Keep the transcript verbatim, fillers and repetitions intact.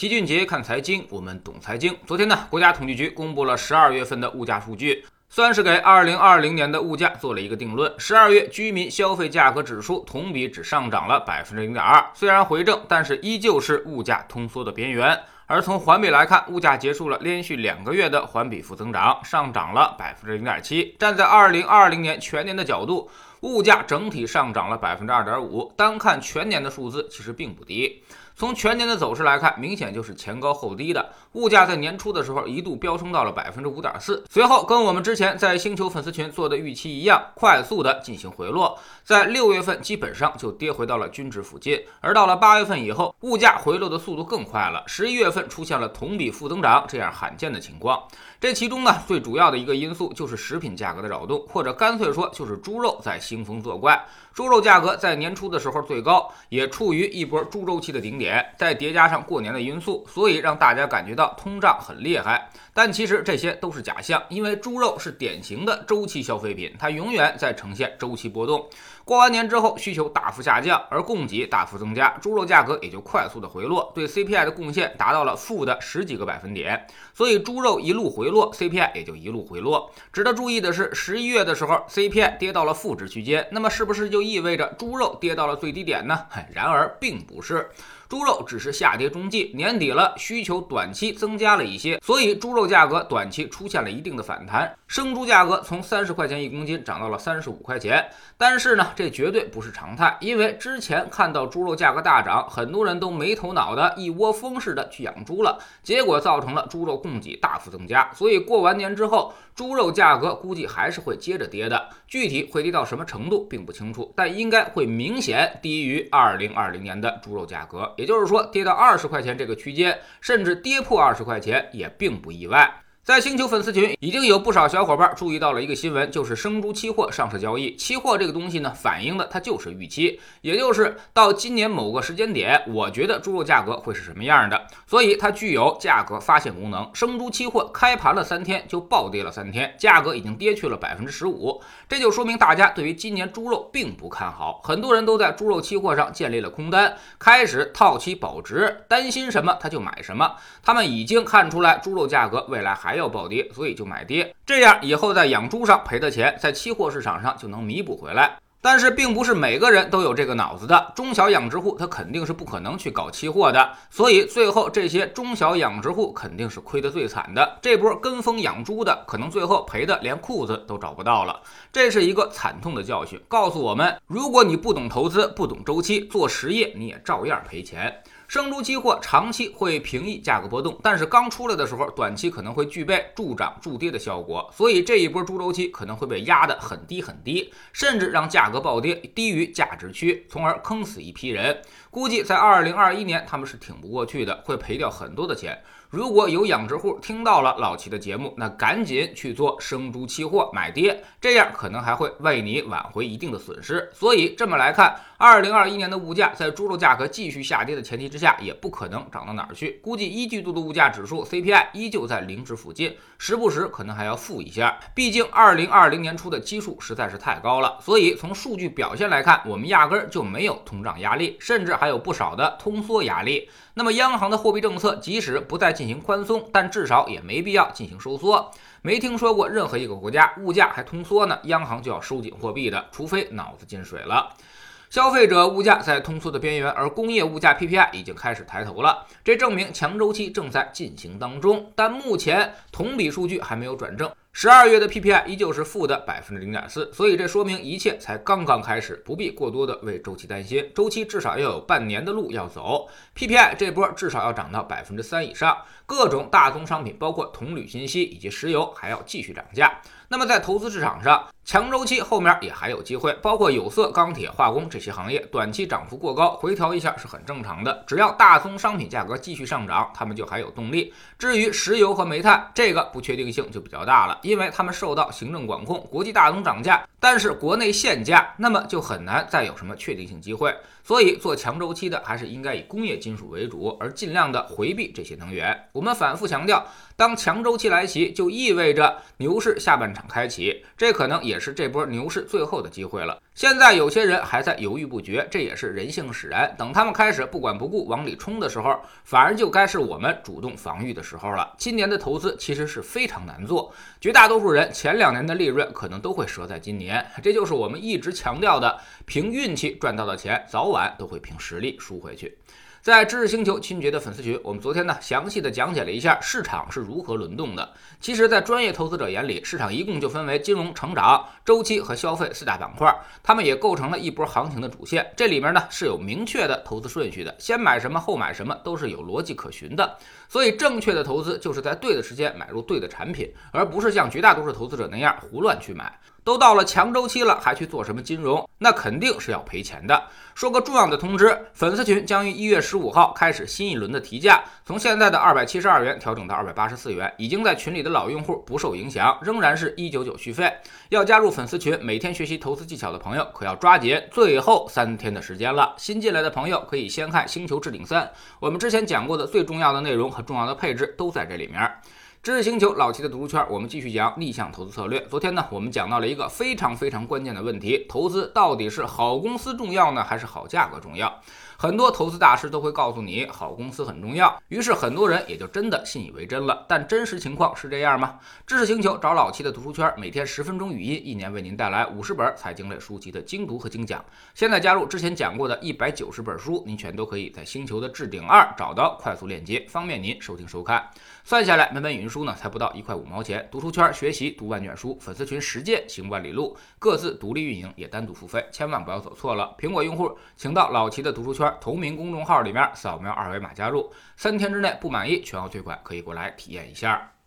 齐俊杰看财经，我们懂财经。昨天呢，国家统计局公布了十二月份的物价数据，算是给二零二零年的物价做了一个定论。十二月居民消费价格指数同比只上涨了 百分之零点二， 虽然回正，但是依旧是物价通缩的边缘。而从环比来看，物价结束了连续两个月的环比负增长，上涨了 百分之零点七。 站在二零二零年全年的角度，物价整体上涨了 百分之二点五， 单看全年的数字其实并不低。从全年的走势来看，明显就是前高后低的。物价在年初的时候一度飙升到了 百分之五点四， 随后跟我们之前在星球粉丝群做的预期一样，快速的进行回落，在六月份基本上就跌回到了均值附近。而到了八月份以后，物价回落的速度更快了，十一月份出现了同比负增长这样罕见的情况。这其中呢，最主要的一个因素就是食品价格的扰动，或者干脆说就是猪肉在兴风作怪。猪肉价格在年初的时候最高，也处于一波猪周期的顶点，再叠加上过年的因素，所以让大家感觉到通胀很厉害。但其实这些都是假象，因为猪肉是典型的周期消费品，它永远在呈现周期波动。过完年之后需求大幅下降，而供给大幅增加，猪肉价格也就快速的回落，对 C P I 的贡献达到了负的十几个百分点。所以猪肉一路回落， C P I 也就一路回落。值得注意的是，十一月的时候 C P I 跌到了负值区间，那么是不是就意味着猪肉跌到了最低点呢？然而并不是，猪肉只是下跌中继，年底了，需求短期增加了一些，所以猪肉价格短期出现了一定的反弹。生猪价格从三十块钱一公斤涨到了三十五块钱，但是呢，这绝对不是常态，因为之前看到猪肉价格大涨，很多人都没头脑的一窝蜂似的去养猪了，结果造成了猪肉供给大幅增加，所以过完年之后，猪肉价格估计还是会接着跌的，具体会跌到什么程度并不清楚，但应该会明显低于二零二零年的猪肉价格，也就是说跌到二十块钱这个区间，甚至跌破二十块钱也并不意外。在星球粉丝群已经有不少小伙伴注意到了一个新闻，就是生猪期货上市交易。期货这个东西呢，反映的它就是预期，也就是到今年某个时间点，我觉得猪肉价格会是什么样的，所以它具有价格发现功能。生猪期货开盘了三天就暴跌了三天，价格已经跌去了 百分之十五， 这就说明大家对于今年猪肉并不看好，很多人都在猪肉期货上建立了空单，开始套期保值，担心什么他就买什么。他们已经看出来猪肉价格未来还要暴跌，所以就买跌，这样以后在养猪上赔的钱，在期货市场上就能弥补回来。但是并不是每个人都有这个脑子的，中小养殖户他肯定是不可能去搞期货的，所以最后这些中小养殖户肯定是亏得最惨的。这波跟风养猪的，可能最后赔的连裤子都找不到了。这是一个惨痛的教训，告诉我们，如果你不懂投资，不懂周期，做实业你也照样赔钱。生猪期货长期会平抑价格波动，但是刚出来的时候，短期可能会具备助涨助跌的效果，所以这一波猪周期可能会被压得很低很低，甚至让价格暴跌低于价值区，从而坑死一批人。估计在二零二一年他们是挺不过去的，会赔掉很多的钱。如果有养殖户听到了老齐的节目，那赶紧去做生猪期货买跌，这样可能还会为你挽回一定的损失。所以这么来看，二零二一年的物价在猪肉价格继续下跌的前提之下，也不可能涨到哪儿去。估计一季度的物价指数 C P I 依旧在零值附近，时不时可能还要负一下。毕竟二零二零年初的基数实在是太高了，所以从数据表现来看，我们压根儿就没有通胀压力，甚至还有不少的通缩压力。那么央行的货币政策即使不再进行宽松，但至少也没必要进行收缩。没听说过任何一个国家物价还通缩呢，央行就要收紧货币的，除非脑子进水了。消费者物价在通缩的边缘，而工业物价 P P I 已经开始抬头了，这证明强周期正在进行当中。但目前同比数据还没有转正，十二月的 P P I 依旧是负的 百分之零点四， 所以这说明一切才刚刚开始，不必过多的为周期担心，周期至少要有半年的路要走。 P P I 这波至少要涨到 百分之三 以上，各种大宗商品包括铜铝锌锡以及石油还要继续涨价。那么在投资市场上，强周期后面也还有机会，包括有色、钢铁、化工这些行业，短期涨幅过高，回调一下是很正常的。只要大宗商品价格继续上涨，他们就还有动力。至于石油和煤炭，这个不确定性就比较大了，因为他们受到行政管控，国际大宗涨价，但是国内限价，那么就很难再有什么确定性机会。所以做强周期的还是应该以工业金属为主，而尽量的回避这些能源。我们反复强调，当强周期来袭，就意味着牛市下半场场开启，这可能也是这波牛市最后的机会了。现在有些人还在犹豫不决，这也是人性使然。等他们开始不管不顾往里冲的时候，反而就该是我们主动防御的时候了。今年的投资其实是非常难做，绝大多数人前两年的利润可能都会折在今年，这就是我们一直强调的，凭运气赚到的钱，早晚都会凭实力输回去。在知识星球亲爵的粉丝群，我们昨天呢详细的讲解了一下市场是如何轮动的。其实，在专业投资者眼里，市场一共就分为金融、成长、周期和消费四大板块，它们也构成了一波行情的主线。这里面呢是有明确的投资顺序的，先买什么后买什么都是有逻辑可循的。所以，正确的投资就是在对的时间买入对的产品，而不是像绝大多数投资者那样胡乱去买。都到了强周期了，还去做什么金融？那肯定是要赔钱的。说个重要的通知，粉丝群将于一月十五号开始新一轮的提价，从现在的二百七十二元调整到二百八十四元，已经在群里的老用户不受影响，仍然是一百九十九续费。要加入粉丝群，每天学习投资技巧的朋友可要抓紧，最后三天的时间了。新进来的朋友可以先看《星球置顶三》，我们之前讲过的最重要的内容和重要的配置都在这里面。知识星球老齐的读书圈，我们继续讲逆向投资策略。昨天呢，我们讲到了一个非常非常关键的问题：投资到底是好公司重要呢，还是好价格重要？很多投资大师都会告诉你，好公司很重要，于是很多人也就真的信以为真了。但真实情况是这样吗？知识星球找老齐的读书圈，每天十分钟语音，一年为您带来五十本财经类书籍的精读和精讲。现在加入之前讲过的一百九十本书，您全都可以在星球的置顶二找到快速链接，方便您收听收看。算下来，每本语音书呢才不到一块五毛钱。读书圈学习读万卷书，粉丝群实践行万里路，各自独立运营，也单独付费，千万不要走错了。苹果用户请到老齐的读书圈同名公众号里面扫描二维码加入，三天之内不满意全额退款，可以过来体验一下。